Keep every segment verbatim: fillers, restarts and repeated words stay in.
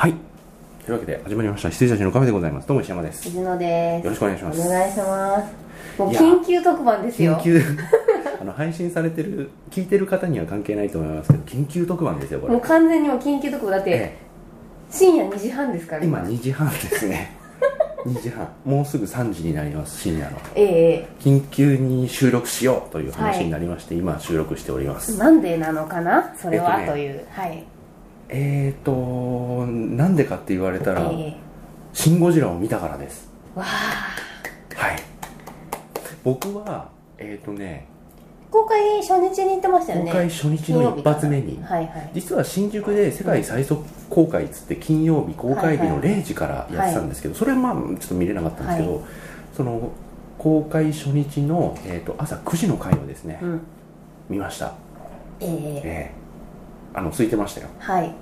はい。というわけで始まりました羊たちのカフェでございます。どうも石山です。 藤野です。 よろしくお願いします。 お願いします。もう緊急特番ですよ。 緊急あの配信されてる聞いてる方には関係ないと思いますけど、緊急特番ですよこれ。 もう完全にもう緊急特番だって、ええ、深夜にじはんですから。 今にじはんですね。にじはん、もうすぐさんじになります。深夜の、 ええ、 緊急に収録しようという話になりまして、はい、今収録しております。 なんでなのかなそれは、 えっとね、 という、はい。 えーとなんでかって言われたら、えー、シン・ゴジラを見たからです。 わあ。 はい。僕はえーとね公開初日に行ってましたよね。 公開初日の一発目に、 はいはい、 実は新宿で世界最速公開っつって金曜日公開日のれいじからやってたんですけど、それはまあちょっと見れなかったんですけど、はい、その公開初日の、えーと朝くじの回をですね、うん、見ました。 えー、 えー、あの空いてましたよ。 はい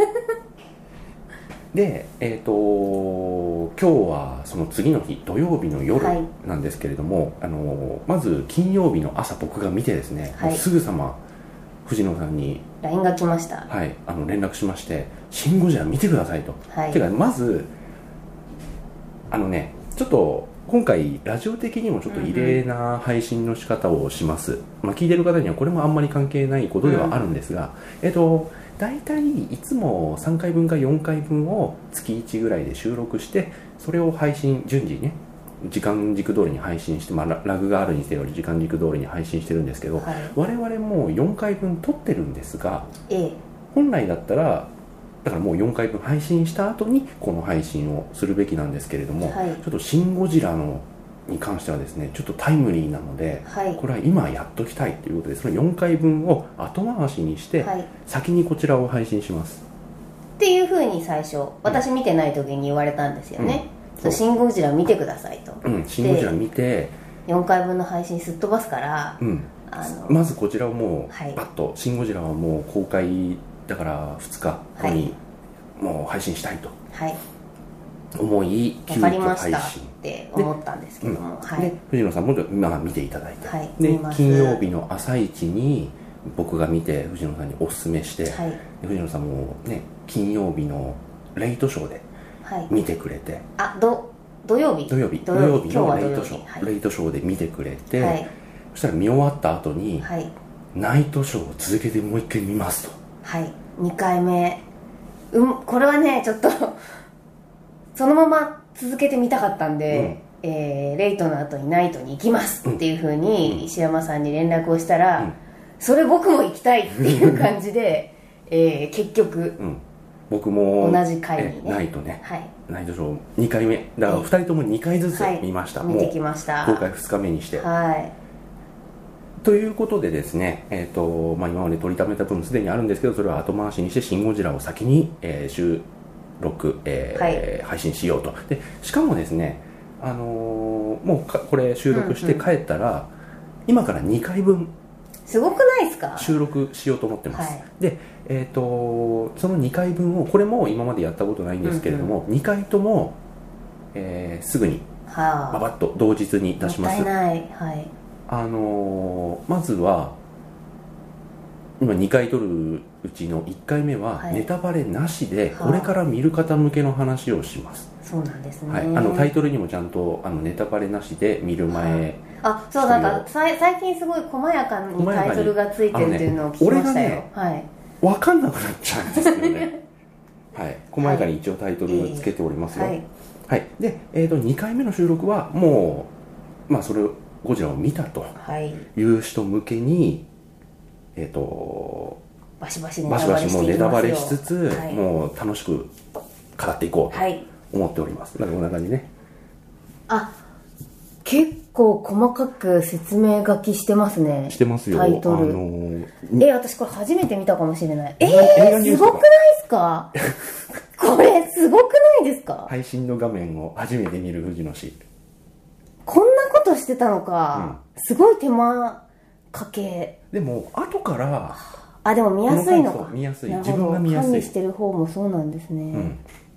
で、えーと今日はその次の日土曜日の夜なんですけれども、はい、あのまず金曜日の朝僕が見てですね、はい、すぐさま藤野さんにライン が来ました。 はい、あの連絡しまして「シン・ゴジラ見てください」と。はい、てかまずあのねちょっと今回ラジオ的にもちょっと異例な配信の仕方をします、うんうん、まあ、聞いてる方にはこれもあんまり関係ないことではあるんですが、うん、えっと大体いつもさんかいぶんかよんかいぶんを月いちぐらいで収録して、それを配信順次ね時間軸通りに配信して、まあ、ラグがあるにせよ時間軸通りに配信してるんですけど、はい、我々もよんかいぶん撮ってるんですが、ええ、本来だったらだからもうよんかいぶん配信した後にこの配信をするべきなんですけれども、はい、ちょっとシン・ゴジラのに関してはですねちょっとタイムリーなので、はい、これは今やっときたいということでそのよんかいぶんを後回しにして、はい、先にこちらを配信しますっていうふうに最初私見てない時に言われたんですよね、うん、シン・ゴジラ見てくださいと、 うん、シン・ゴジラ見てよんかいぶんの配信すっ飛ばすから、うん、 あのまずこちらをもう、はい、パッとシン・ゴジラはもう公開だからふつかごにもう配信したいと、はい、思い急遽配信。分かりましたって思ったんですけども、 うん、はい、で藤野さんも、まあ、見ていただいて、 はい、 で金曜日の朝一に僕が見て藤野さんにおすすめして、はい、藤野さんもね金曜日のレイトショーで見てくれて、はい、 あど土曜日土曜日土曜日のレイトショー、はい、レイトショーで見てくれて、はい、そしたら見終わった後に、はい、ナイトショーを続けてもう一回見ますと。 はいにかいめ、うん、これはねちょっとそのまま続けてみたかったんで、うん、えー、レイトの後にナイトに行きますっていう風に石山さんに連絡をしたら、うん、それ僕も行きたいっていう感じで、えー、結局、うん、 僕も同じ回にねナイトね、はい、ナイトショーにかいめだからふたりともにかいずつ見ました、はい、 見てきました。 公開ふつかめにして、はい、ということでですね、えーとまあ、今まで取りためた分すでにあるんですけどそれは後回しにしてシン・ゴジラを先に、えー、収録、えーはい、配信しようと。でしかもですね、あのー、もうかこれ収録して帰ったら、うんうん、今からにかいぶんすごくないですか収録しようと思ってます、 はい、 で、えーとそのにかいぶんをこれも今までやったことないんですけれども、うんうん、にかいとも、えー、すぐにババッと同日に出します。 もったいない、はい、 あのー、まずは今にかい撮るうちのいっかいめはネタバレなしでこれから見る方向けの話をします、 はあ、そうなんですね、 はい、あのタイトルにもちゃんとあのネタバレなしで見る前、 はあ、あそうなんか最近すごい細やかにタイトルがついてるっていうのを聞きましたよ、ねはい、分かんなくなっちゃうんですよねはい、細やかに一応タイトルつけておりますよ、はい、はい、で、えーと、にかいめの収録はもう、まあ、それをゴジラを見たという人向けに、えーとバシバシもうネタバレしつつ、はい、もう楽しく語っていこうと思っております、はい、なんかこんな感じね。 あ結構細かく説明書きしてますね。 してますよタイトル、あのー、え私これ初めて見たかもしれない。えー、すごくないですかこれすごくないですか。 配信の画面を初めて見る藤野氏こんなことしてたのか、うん、すごい手間かけ。 でも後からあでも見やすいのか。 見やすい自分が見やすい。 管理してる方もそうなんですね、うん、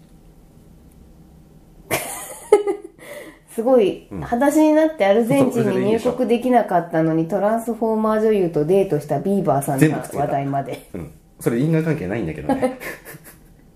すごい、うん、裸足になってアルゼンチンに入国できなかったのにトランスフォーマー女優とデートしたビーバーさんの話題まで、 うん、それ因果関係ないんだけどね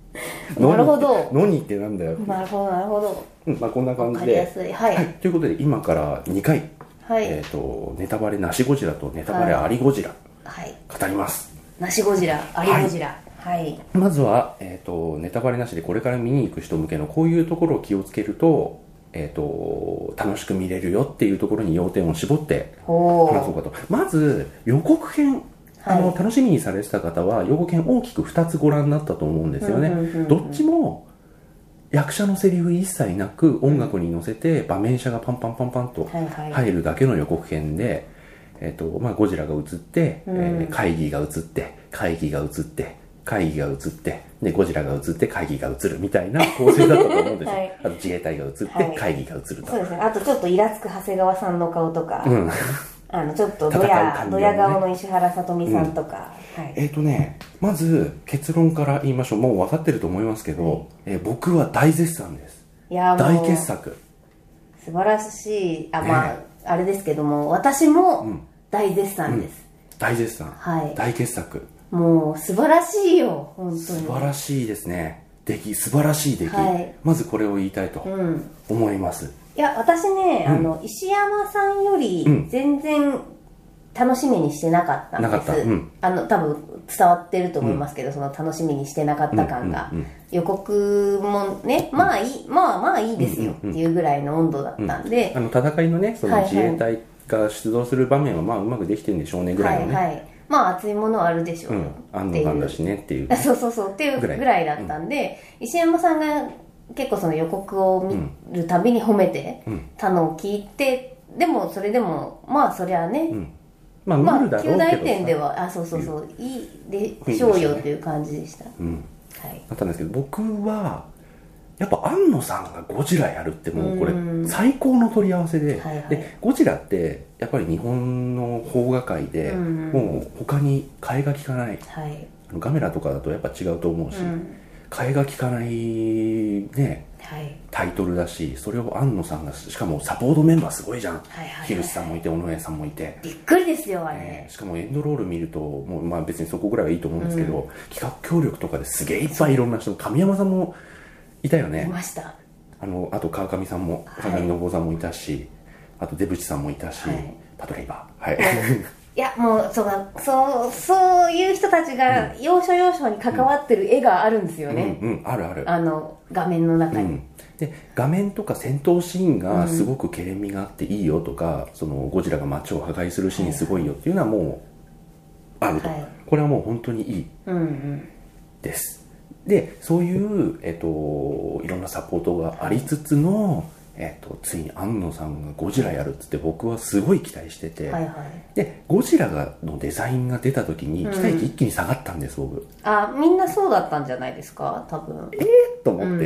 なるほど。 ノニってなんだよって。 なるほどなるほど。 うん、まあこんな感じで。 わかりやすい。はい。はい、 ということで今からにかい、 はい、 えっ、ー、とネタバレなしゴジラとネタバレありゴジラ、はい、語ります。 なしゴジラ、ありゴジラ。はい。はい、 まずはえっ、ー、とネタバレなしでこれから見に行く人向けのこういうところを気をつけると。えー、と楽しく見れるよっていうところに要点を絞って話そうかと。まず予告編、はい、あの楽しみにされてた方は予告編大きくふたつご覧になったと思うんですよね、うんうんうんうん、どっちも役者のセリフ一切なく音楽に乗せて場面車がパンパンパンパンと入るだけの予告編で、えーとまあ、ゴジラが映って、うんえー、会議が映って会議が映って会議が映ってでゴジラが映って会議が映るみたいな構成だったと思うんですよ、はい、あと自衛隊が映って会議が映ると、 はい、そうですね。あとちょっとイラつく長谷川さんの顔とか、うん、あのちょっとドヤ、ね、ドヤ顔の石原さとみさんとか、 うんはい、えっ、ー、とねまず結論から言いましょう。もう分かってると思いますけど、はいえー、僕は大絶賛です。いやもう大傑作素晴らしい。あ、まあ、ね、あれですけども私も大絶賛です、 うん、大絶賛、はい、大傑作。 もう素晴らしいよ本当に。 素晴らしいですね。出来素晴らしい出来、はい、まずこれを言いたいと思います、うん、 いや私ね、うん、あの石山さんより全然楽しみにしてなかったんです、うん、なかった、うん、あの多分伝わってると思いますけど、うん、その楽しみにしてなかった感が、うんうんうん、予告もねまあいい、まあまあいいですよっていうぐらいの温度だったんで、 うんうんうん、あの戦いのねその自衛隊が出動する場面はまあうまくできてるんでしょうねぐらいのね、はいはいまあ熱いものはあるでしょう、うん、 安野さんだしねっていう、ね、 そうそうそうっていうぐらいだったんで、うん、石山さんが結構その予告を見るたびに褒めてたのを聞いて、うん、でもそれでもまあそりゃね、うん、まあ見るだろうけどさ、まあ、きゅうだいてんではあそうそうそういいでしょうよっていう感じでした、 うんはい、だったんですけど僕はやっぱ庵野さんがゴジラやるってもうこれ最高の取り合わせで、はいはい、でゴジラってやっぱり日本の邦画界でもう他に替えが利かない、はい、ガメラとかだとやっぱ違うと思うし、うん、替えが利かないね、はい、タイトルだしそれを庵野さんがしかもサポートメンバーすごいじゃん、はいはいはいはい、樋口さんもいて尾上さんもいてびっくりですよあれ、 えー、しかもエンドロール見るともう、まあ、別にそこぐらいはいいと思うんですけど、うん、企画協力とかですげえいっぱいいろんな人神山さんもいたよね。 いました。 あのあと川上さんも川上信夫さんもいたし、はい、あと出渕さんもいたし、はい、パトレイバーはい。 いやもうそうそうそういう人たちが要所要所に関わってる絵があるんですよね。 うんうん、うん、あるある。 あの画面の中に。うん、 で画面とか戦闘シーンがすごくけれみがあっていいよとか、うん、そのゴジラが街を破壊するシーンすごいよっていうのはもうあると。はい、これはもう本当にいいです。うんうんでそういう、えっと、いろんなサポートがありつつの、えっと、ついに庵野さんがゴジラやるっつって僕はすごい期待してて、はいはい、でゴジラがのデザインが出た時に期待値一気に下がったんです、うん、僕あみんなそうだったんじゃないですか多分えーっと思って、うんうんうん、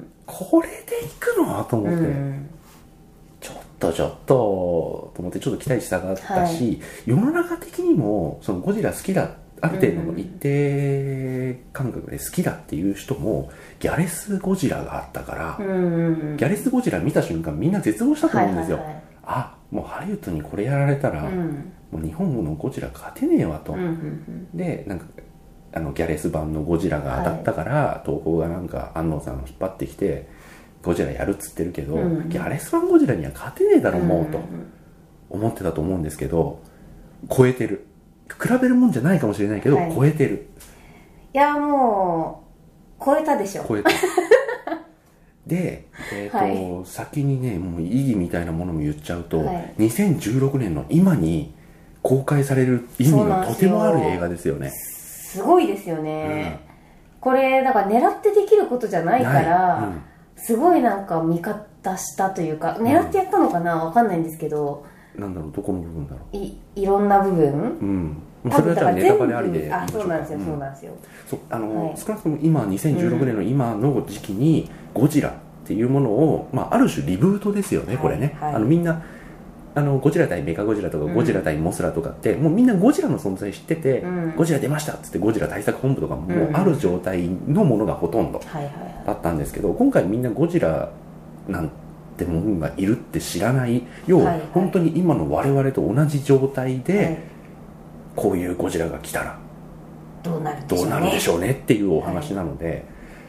これでいくのと思って、うん、ちょっとちょっとと思ってちょっと期待値下がったし、はい、世の中的にもそのゴジラ好きだある程度の一定感覚で好きだっていう人もギャレスゴジラがあったから、うんうんうん、ギャレスゴジラ見た瞬間みんな絶望したと思うんですよ、はいはいはい、あもうハリウッドにこれやられたら、うん、もう日本のゴジラ勝てねえわと、うんうんうん、でなんかあのギャレス版のゴジラが当たったから、はい、東宝がなんか安野さんを引っ張ってきてゴジラやるっつってるけど、うんうん、ギャレス版ゴジラには勝てねえだろうもうと思ってたと思うんですけど超えてる比べるもんじゃないかもしれないけど、はい、超えてる。 いやもう超えたでしょ。 超えた。で、えーとはい、先にねもう意義みたいなものも言っちゃうと、はい、にせんじゅうろくねんの今に公開される意味がとてもある映画ですよね。 すごいですよね、うん、これだから狙ってできることじゃないから、うん、すごいなんか味方したというか狙ってやったのかな、うん、わかんないんですけどなんだろうどこの部分だろう い, いろんな部分、 うんそれだったらネタバレありであそうなんですよ、うん、そうなんですよそうあの、はい、少なくとも今にせんじゅうろくねんの今の時期にゴジラっていうものを、まあ、ある種リブートですよね、はい、これね、はい、あのみんなあのゴジラ対メカゴジラとかゴジラ対モスラとかって、うん、もうみんなゴジラの存在知ってて、うん、ゴジラ出ましたっつってゴジラ対策本部とかももうある状態のものがほとんどだったんですけど、今回みんなゴジラなんてものがいるって知らない要は、はいはい、本当に今の我々と同じ状態で、はいこういうゴジラが来たらどうなるでしょうね、どうなるでしょうねっていうお話なので、はい、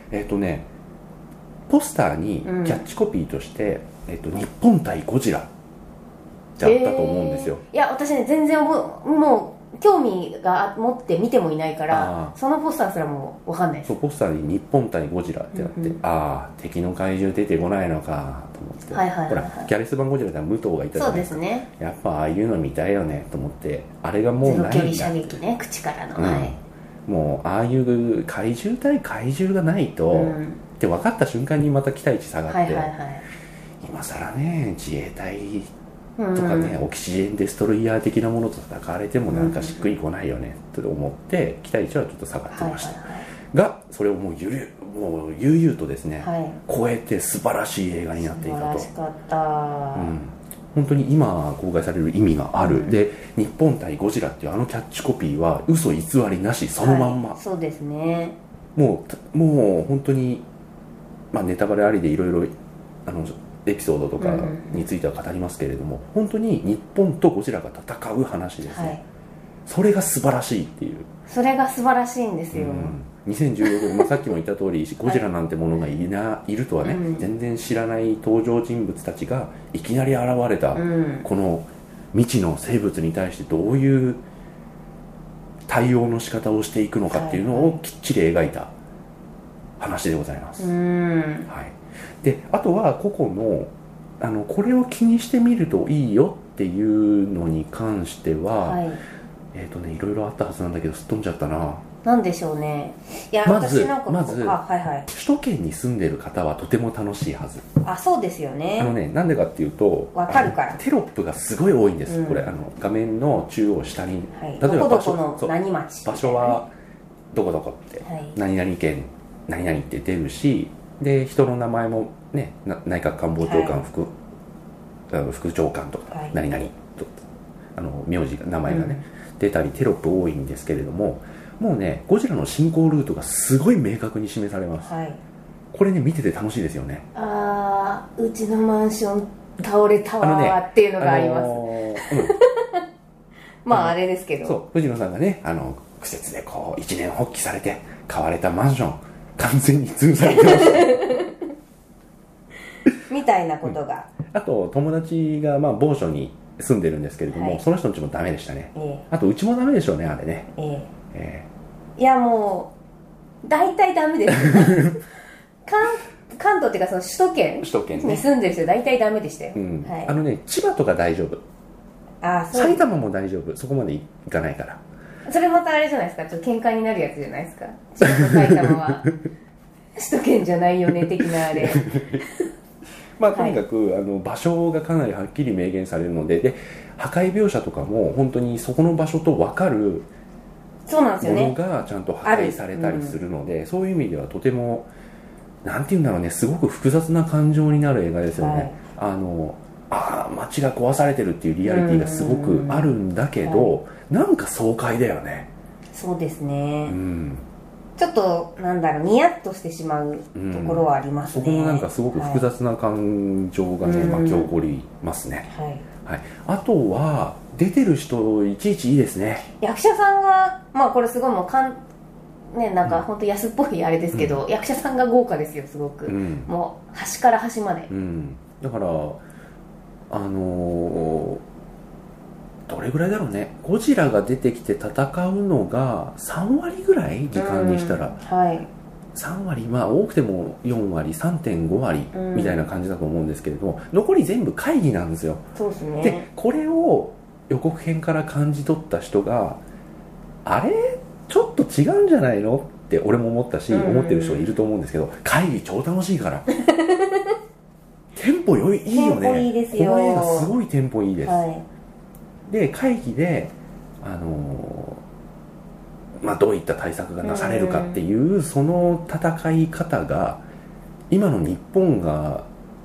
えっ、ー、とねポスターにキャッチコピーとして、うん、えっ、ー、と日本対ゴジラってあったと思うんですよ、 えー、いや私ね全然もう興味が持って見てもいないからそのポスターすらもう分かんないです。 そうポスターに日本対ゴジラってあって、うんうん、ああ敵の怪獣出てこないのかと思って、 はいはいはいはい、 ほらギャレス版ゴジラでは武藤がいたじゃないですか。そうですね、やっぱああいうの見たいよねと思って、あれがもうないんだ、 ゼロ距離射撃ね、口からの、うん、はい、 もうああいう怪獣対怪獣がないと、うん、って分かった瞬間にまた期待値下がって、はいはいはい、今更ね自衛隊とかね、うん、オキシジェンデストロイヤー的なものと戦われてもなんかしっくりこないよねと思って期待値はちょっと下がってました、はいはいはい、がそれをもうゆるもう悠々とですね、はい、超えて素晴らしい映画になっていたと。 素晴らしかった、 うん、本当に今公開される意味がある、うん、で日本対ゴジラっていうあのキャッチコピーは嘘偽りなしそのまんま、 はい、そうですね、 もうもう本当に、まあ、ネタバレありでいろいろあのエピソードとかについては語りますけれども、うん、本当に日本とゴジラが戦う話ですね、はい、それが素晴らしいっていう、 それが素晴らしいんですよ、うん、 にせんじゅうろくねん、まあ、さっきも言った通りゴジラなんてものがいな、はい、いるとはね、うん、全然知らない登場人物たちがいきなり現れた、うん、この未知の生物に対してどういう対応の仕方をしていくのかっていうのをきっちり描いた話でございます、 うんはい、であとは個々の、あのこれを気にしてみるといいよっていうのに関しては、はい、えーとね、いろいろあったはずなんだけどすっ飛んじゃったな。 なんでしょうね。いや、 まず私なんかまず、 はいはい、 首都圏に住んでる方はとても楽しいはず。 あ、そうですよね。 あのね、なんでかっていうとわかるからテロップがすごい多いんです、うん、これあの画面の中央下に、 はい、例えばどこどこの何町、 場所はどこどこって、はい、何々県何々って出るし、で人の名前もね、内閣官房長官、はい、副, 副長官とか、はい、何々とあの名字名前がね、うん、出たりテロップ多いんですけれども、もうねゴジラの進行ルートがすごい明確に示されます、はい、これね見てて楽しいですよね。 ああ、うちのマンション倒れたわーっていうのがあります、あのーうん、まああれですけど、 そう藤野さんがねあの苦節でこう一年発起されて買われたマンション完全に潰されてましたみたいなことが、 うん、あと友達がまあ某所に住んでるんですけれども、はい、その人の家もダメでしたね、えー、あとうちもダメでしょうねあれね、えーえー、いやもう大体ダメです関, 関東っていうかその首都圏首都圏、ね、 に住んでる人大体ダメでしたよ、 うんはい、 あのね千葉とか大丈夫、 あそう埼玉も大丈夫、そこまでいかないから。 それまたあれじゃないですか、ちょっと喧嘩になるやつじゃないですか、千葉と埼玉は首都圏じゃないよね的なあれまあとにかく、はい、あの場所がかなりはっきり明言されるので、で破壊描写とかも本当にそこの場所と分かるそうなんですよね、 ものがちゃんと破壊されたりするので、うん、そういう意味ではとてもなんていうんだろうね、すごく複雑な感情になる映画ですよね、はい、あのあ街が壊されてるっていうリアリティがすごくあるんだけど、はい、なんか爽快だよね。 そうですね、 うん、 ちょっとなんだろうニヤッとしてしまうところはありますね、 うん、そこもなんかすごく複雑な感情がね、はい、巻き起こりますね、 はいはい、あとは出てる人いちいちいいですね。 役者さんがまあこれすごいもうかんね、なんか本当安っぽいあれですけど、うん、役者さんが豪華ですよすごく、うん、もう端から端まで、 うん、だからあのー、どれぐらいだろうね、ゴジラが出てきて戦うのがさんわりぐらい時間にしたら、 うん、はい、 さんわり、まあ多くてもよんわり さんてんご 割みたいな感じだと思うんですけれども、うん、残り全部会議なんですよ。 そうですね。 でこれを予告編から感じ取った人があれちょっと違うんじゃないのって俺も思ったし、うん、思ってる人がいると思うんですけど、会議超楽しいからテンポ良いいいよね。 テンポいいですよ。 この映画すごいテンポいいです、 はい、 で会議であのーまあ、どういった対策がなされるかっていう、うん、その戦い方が今の日本が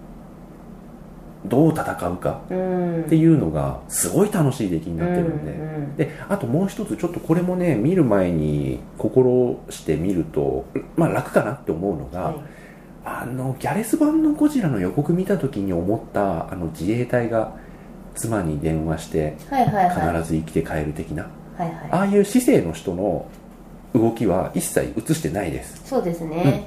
どう戦うかっていうのがすごい楽しい出来になってるんで、うんうん、であともう一つちょっとこれもね見る前に心してみるとまあ楽かなって思うのが、はい、あのギャレス版のゴジラの予告見た時に思ったあの自衛隊が妻に電話して必ず生きて帰る的な、はいはいはい、ああいう市政の人の動きは一切映してないです。 そうですね、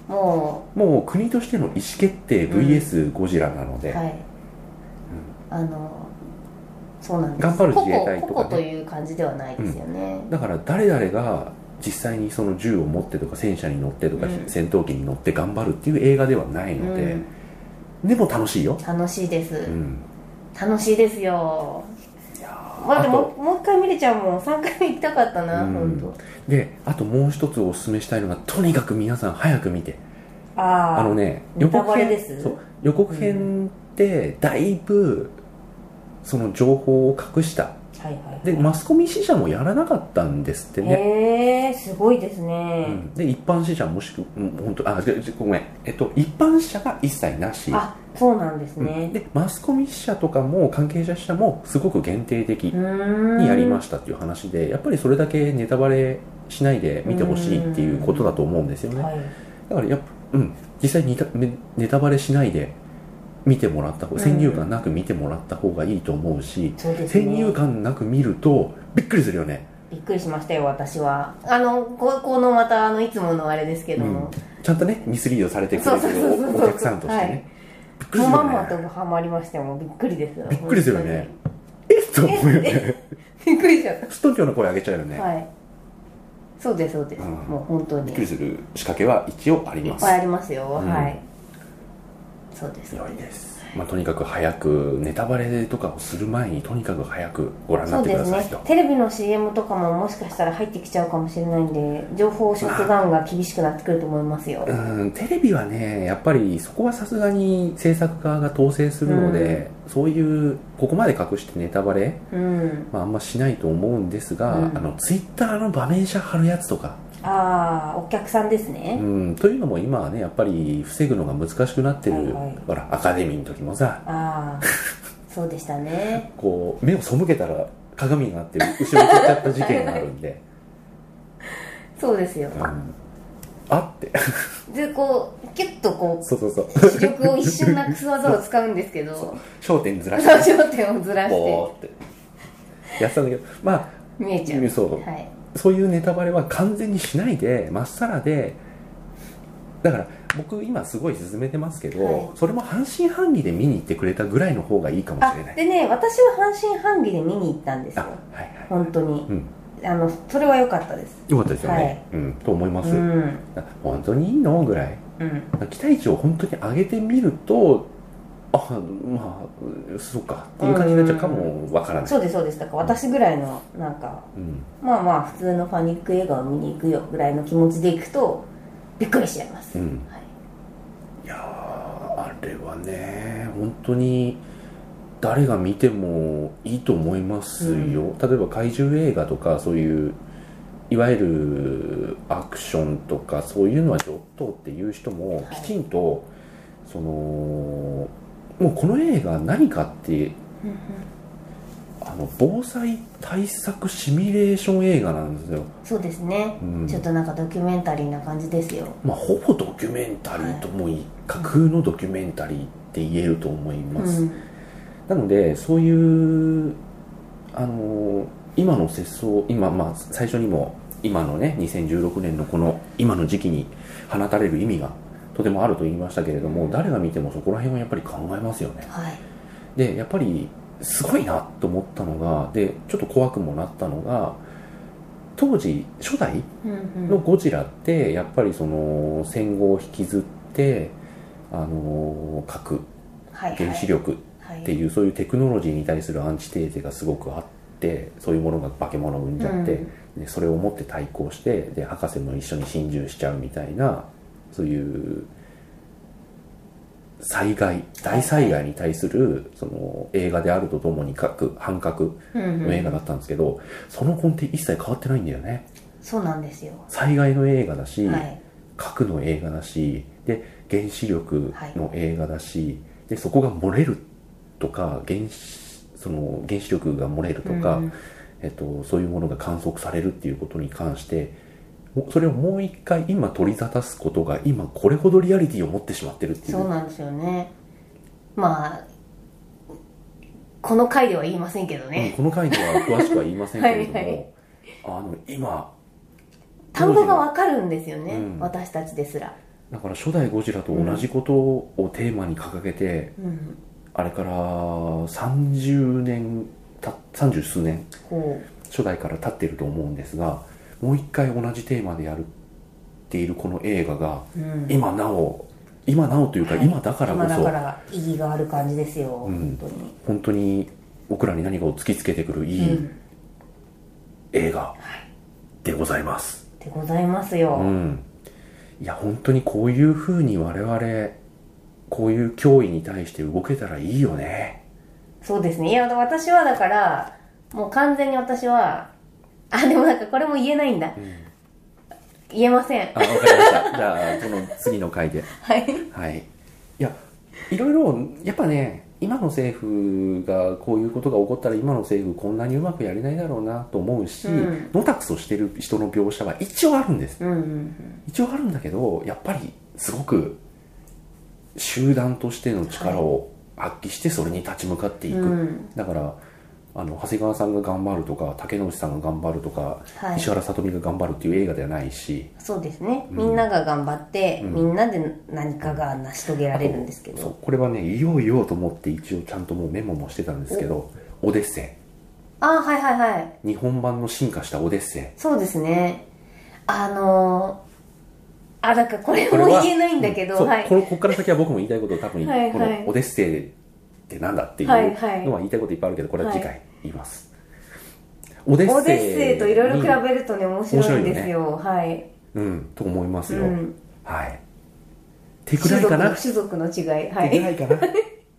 もうもう国としての意思決定 ブイエス ゴジラなので、 うん、はい、うん、あのそうなんです。 頑張る自衛隊とか、ね、 個々という感じではないですよね、 うん、だから誰々が実際にその銃を持ってとか戦車に乗ってとか、うん、戦闘機に乗って頑張るっていう映画ではないので、うん、でも楽しいよ。 楽しいです、うん、楽しいですよ。 いやまあ、でももう一回見れちゃうもん。さんかいめ行きたかったな、うん、本当で。あともう一つお勧めしたいのが、とにかく皆さん早く見て。 ああのね、 予告編です。 そう、予告編ってだいぶその情報を隠した、 はいはいはい、 でマスコミ支社もやらなかったんですってね。 へえ、すごいですね、 うん、で一般支社もしく、うん、本当あごめん、えっと、一般支社が一切なし。 あ、そうなんですね、 うん、でマスコミ支社とかも関係者支社もすごく限定的にやりましたっていう話で、やっぱりそれだけネタバレしないで見てほしいっていうことだと思うんですよね、はい、だからやっぱ、うん、実際にネタバレしないで見てもらった方、先入観なく見てもらった方がいいと思うし、うん、先入観なく見るとびっくりするよね。 びっくりしましたよ、私は。あのここのまたあのいつものあれですけども、うん、 ちゃんとねミスリードされてくれるお客さんとしてね、はい、 びっくりするよね。もうまんまとハマりましたよ。もうびっくりですよ。 びっくりするよね。えっと思うよね。 びっくりしちゃった。 ストンキョの声上げちゃうよね。 はい、そうですそうです、うん、もう本当にびっくりする仕掛けは一応あります。 いっぱいありますよ、うん、はい、そうです。 良いです。まあ、とにかく早くネタバレとかをする前にとにかく早くご覧になってくださいと。そうですね。 テレビの シーエム とかももしかしたら入ってきちゃうかもしれないんで、情報ショットダウンが厳しくなってくると思いますよ。 うん、テレビはねやっぱりそこはさすがに制作側が統制するので、うん、そういうここまで隠してネタバレ、うんまあ、あんましないと思うんですが、うん、あのツイッターの場面写貼るやつとか、 ああ、お客さんですね、 うん、というのも今はねやっぱり防ぐのが難しくなってる、はいはい、ほらアカデミーの時もさ、 あそうでしたねこう目を背けたら鏡があって後ろに行っちゃった事件があるんでそうですよ、 うん、あってでこうキュッとこうそうそうそう視力を一瞬なくす技を使うんですけど焦点ずらして焦点をずらしてボーってやってたんだけど、まあ見えちゃう。 そう、はい、そういうネタバレは完全にしないでまっさらで、だから僕今すごい進めてますけど、はい、それも半信半疑で見に行ってくれたぐらいの方がいいかもしれない。 でね、私は半信半疑で見に行ったんですよ、はいはい、本当に、うん、あのそれは良かったです。 良かったですよね、はいうん、と思います、うん、本当にいいのぐらい、うん、期待値を本当に上げてみると、あまあそうかっていう感じになっちゃうかもわからない、うん、 そうですそうです。だから私ぐらいのなんか、うん、まあまあ普通のパニック映画を見に行くよぐらいの気持ちで行くとびっくりしちゃいます、うんはい、 いやあれはね本当に誰が見てもいいと思いますよ、うん、例えば怪獣映画とかそういういわゆるアクションとかそういうのはちょっとっていう人もきちんと、はい、そのもうこの映画何かって、うん、あの防災対策シミュレーション映画なんですよ。 そうですね、うん、ちょっとなんかドキュメンタリーな感じですよ。 まあほぼドキュメンタリーともいい、はい、架空のドキュメンタリーって言えると思います、うん、なのでそういうあの今の世相今まあ最初にも今のねにせんじゅうろくねんのこの今の時期に放たれる意味がとてもあると言いましたけれども、うん、誰が見てもそこら辺はやっぱり考えますよね、はい、でやっぱりすごいなと思ったのがでちょっと怖くもなったのが当時初代のゴジラってやっぱりその戦後を引きずってあの核、はいはい、原子力っていうそういうテクノロジーに対するアンチテーゼがすごくあってそういうものが化け物を生んじゃって、うん、でそれを持って対抗してで博士も一緒に心中しちゃうみたいなそういう災害大災害に対するその映画であるとともに核反核の映画だったんですけど、うんうん、その根底一切変わってないんだよね。 そうなんですよ。 災害の映画だし、はい、核の映画だしで原子力の映画だし、はい、でそこが漏れるとか原子その原子力が漏れるとか、うんえっと、そういうものが観測されるっていうことに関してそれをもう一回今取り沙汰すことが今これほどリアリティを持ってしまってるっていう。 そうなんですよね。まあこの回では言いませんけどね、 うん、この回では詳しくは言いませんけれどもはい、はい、あの今単語がわかるんですよね、うん、私たちですら。 だから初代ゴジラと同じことをテーマに掲げて、 うん、 あれからさんじゅうねんたさんじゅう数年初代から経ってると思うんですが、もう一回同じテーマでやるっているこの映画が、うん、今なお今なおというか、はい、今だからこそ今だから意義がある感じですよ、うん、本当に本当に僕らに何かを突きつけてくるいい、うん、映画でございます、 はい、でございますよ、 うん、いや本当にこういう風に我々こういう脅威に対して動けたらいいよね。 そうですね。いや私はだからもう完全に私はあでもなんかこれも言えないんだ、うん、言えません。 あ、わかりましたじゃあこの次の回ではい、 はい、いやいろいろやっぱね今の政府がこういうことが起こったら今の政府こんなにうまくやれないだろうなと思うし、うん、のたくそしてる人の描写は一応あるんです、うんうんうん、一応あるんだけどやっぱりすごく集団としての力を発揮してそれに立ち向かっていく、はい、だからあの長谷川さんが頑張るとか竹野内さんが頑張るとか、はい、石原さとみが頑張るっていう映画ではないし、 そうですね、うん、みんなが頑張って、うん、みんなで何かが成し遂げられるんですけど、 そうこれはね言おう言おうと思って一応ちゃんともうメモもしてたんですけど、オデッセイ、 あはいはいはい、 日本版の進化したオデッセイ、 そうですね、あのー、あだからこれも言えないんだけど、 うん、 はい、 このここから先は僕も言いたいことを多分はい、このオデッセイってなんだっていうのは言いたいこといっぱいあるけど、これは次回言います、はい、オデッセイといろいろ比べるとね面白いんですよ、ね、はい、 うん、と思いますよ、うん、はい、 手くらいかな、種族の違い、はい、 手くらいかな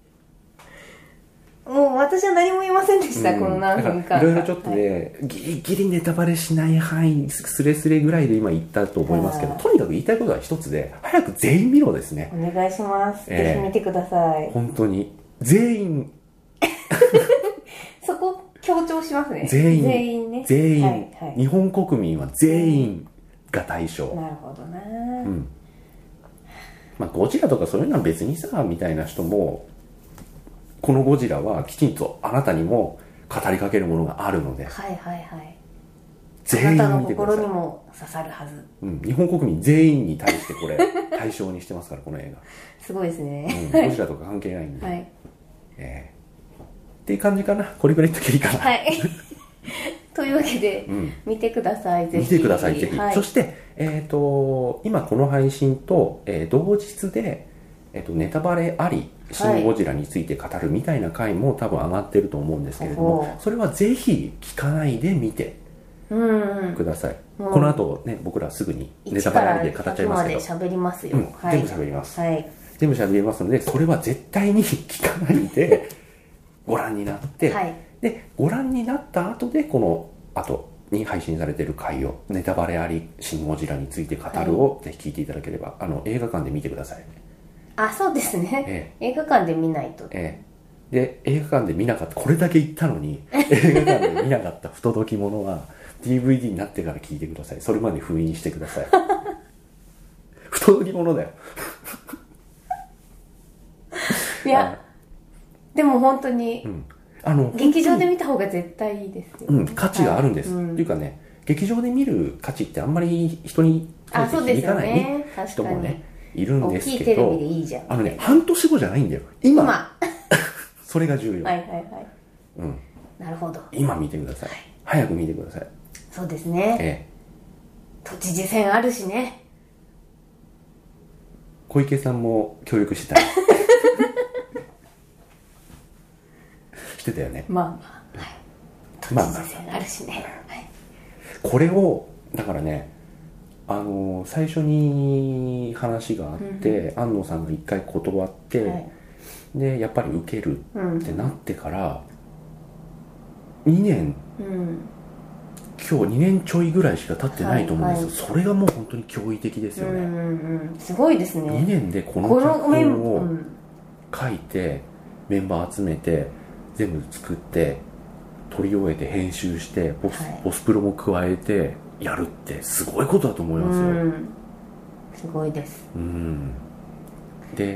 もう私は何も言いませんでした、うん、この何分かいろいろちょっとね、はい、ギリギリネタバレしない範囲スレスレぐらいで今言ったと思いますけど、とにかく言いたいことは一つで、早く全員見ろですね。 お願いします、えー、ぜひ見てください。 本当に全員そこ強調しますね。 全員全員ね、 全員、 はいはい、 日本国民は全員が対象、 なるほどな、 うん、まあゴジラとかそういうのは別にさみたいな人も、このゴジラはきちんとあなたにも語りかけるものがあるので、 はいはいはい、 全員見てください。 あなたの心にも刺さるはず、 うん、日本国民全員に対してこれ対象にしてますからこの映画すごいですね、 うん、ゴジラとか関係ないんで、 はいえー、っていう感じかな。これぐらい言っときゃいいかな、 はいというわけで、うん、見てください、ぜひ見てくださいぜひ、はい、そして、えー、と今この配信と、えー、同日で、えー、とネタバレありシン・ゴジラについて語るみたいな回も多分上がってると思うんですけれども、それはぜひ聞かないで見てください、うんうん、この後ね僕らすぐにネタバレありで語っちゃいますけど、 いちからひゃくまで喋りますよ、 うんはい、全部喋ります、はい、全部喋りますので、それは絶対に聞かないでご覧になって、はい、でご覧になった後でこの後に配信されている回をネタバレありシン・ゴジラについて語るをぜひ聞いていただければ、あの映画館で見てください。 あ、そうですね、ええ、映画館で見ないと、 ええ、で映画館で見なかった、これだけ言ったのに映画館で見なかった不届き者は ディーブイディー になってから聞いてください。それまで封印してください不届き者だよいやでも本当に、うん、あの劇場で見た方が絶対いいですよ、ね、 うん、価値があるんです、はい、うん、っていうかね、劇場で見る価値ってあんまり人に対して響かない、ね、人もねいるんですけど、大きいテレビでいいじゃん、あのね、半年後じゃないんだよ今、今それが重要、 はいはいはい、 うん、 なるほど、 今見てください、はい、早く見てください。 そうですね、ええ、都知事選あるしね、 小池さんも協力してたしてたよね、 まあまあ、はい、都知事選あるしね、まあはい、 これをだからね、あの最初に話があって、うん、安野さんが一回断って、はい、でやっぱり受けるってなってから、うん、にねん、うん、今日にねんちょいぐらいしか経ってないと思うんですよ、はいはい、それがもう本当に驚異的ですよね、うんうんうん、すごいですね。 にねんでこの脚本を書いて、メンバー集めて全部作って撮り終えて編集してポス、はい、ポスプロも加えてやるってすごいことだと思いますよ、うん、 すごいです、 うん、で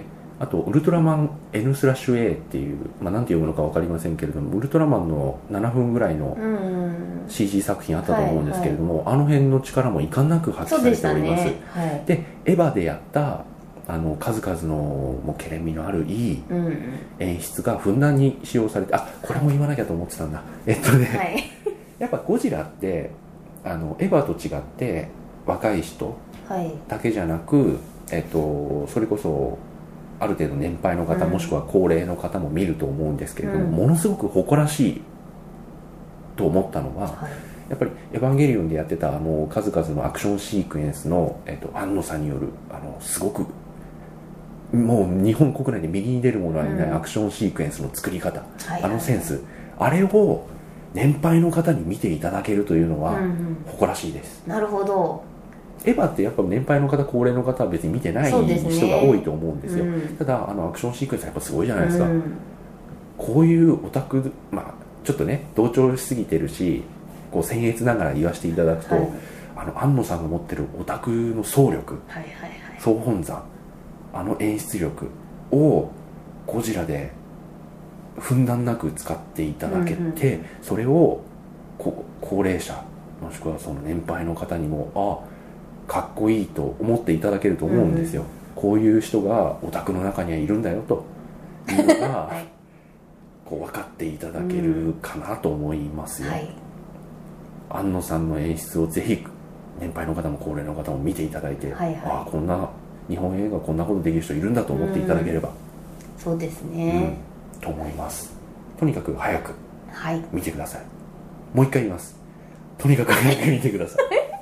あとウルトラマン N スラッシュ A っていう、まあ、なんて読むのか分かりませんけれども、ウルトラマンのななふんぐらいの シージー 作品あったと思うんですけれども、はいはい、あの辺の力もいかんなく発揮されております。 で,、ねはい、でエヴァでやったあの数々のもうけれん味のあるいい演出がふんだんに使用されて、あ、これも言わなきゃと思ってたんだ。えっとね、はい、やっぱゴジラってあのエヴァと違って若い人だけじゃなく、はい、えっと、それこそある程度年配の方、うん、もしくは高齢の方も見ると思うんですけれども、うん、ものすごく誇らしいと思ったのは、はい、やっぱり「エヴァンゲリオン」でやってたあの数々のアクションシークエンスの、えっと、庵野さんによるあのすごくもう日本国内で右に出るものはいないアクションシークエンスの作り方、うん、あのセンス、あれを年配の方に見ていただけるというのは誇らしいです、 うんうん、なるほど。 エヴァってやっぱ年配の方高齢の方は別に見てない人が多いと思うんですよ、うん、ただあのアクションシークエンスはやっぱすごいじゃないですか、うん、こういうオタク、まあちょっとね同調しすぎてるしこう僭越ながら言わせていただくと、はい、あの庵野さんが持ってるオタクの総力、はいはいはい、総本山、あの演出力をゴジラでふんだんなく使っていただけて、うんうん、それをこ高齢者もしくはその年配の方にもあかっこいいと思っていただけると思うんですよ、うん、こういう人がオタクの中にはいるんだよというのが、はい、こう分かっていただけるかなと思いますよ、うんはい、庵野さんの演出をぜひ年配の方も高齢の方も見ていただいて、はいはい、ああこんな日本映画こんなことできる人いるんだと思っていただければ、うん、 そうですね、 うん、と思います。とにかく早く見てください、はい、もう一回言います。とにかく早く見てください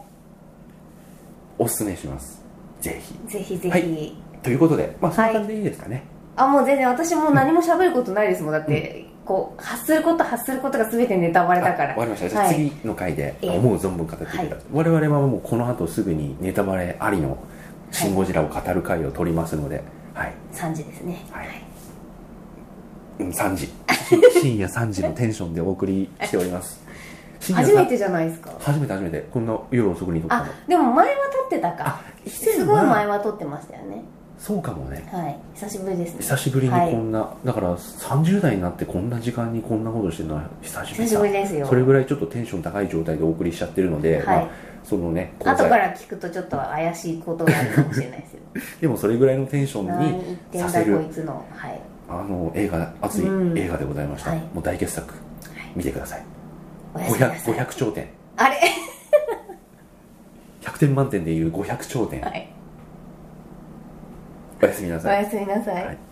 おすすめします。ぜひぜひぜひ、 はい、ということで、まあそんな感じでいいですかね、 はい、あもう全然私も何も喋ることないですもん、だって、うん、こう発すること発することが全てネタバレだから。 わかりました。じゃあ次の回で思う存分語っていただく、はい、我々はもうこの後すぐにネタバレありのシン・ゴジラを語る回を取りますので、はい、 さんじですね、 はいうん、さんじ深夜さんじのテンションでお送りしております初めてじゃないですか。 初めて初めてこんな夜遅くに撮ったの。 あでも前は撮ってたか。すごい前は撮ってましたよね。 そうかもね。 はい久しぶりですね。 久しぶりにこんな、はい、だからさんじゅう代になってこんな時間にこんなことしてるのは久しぶり久しぶりですよ。 それぐらいちょっとテンション高い状態でお送りしちゃってるので、はいまあ、そのね後から聞くとちょっと怪しいことがあるかもしれないですよでもそれぐらいのテンションにさせるこいつの、はい、 あの映画熱い映画でございました、うんはい、もう大傑作、はい、見てください。 おやすみなさい。 ごひゃく頂点あれひゃくてん満点でいうごひゃく頂点、はい、おやすみなさい。 おやすみなさい、はい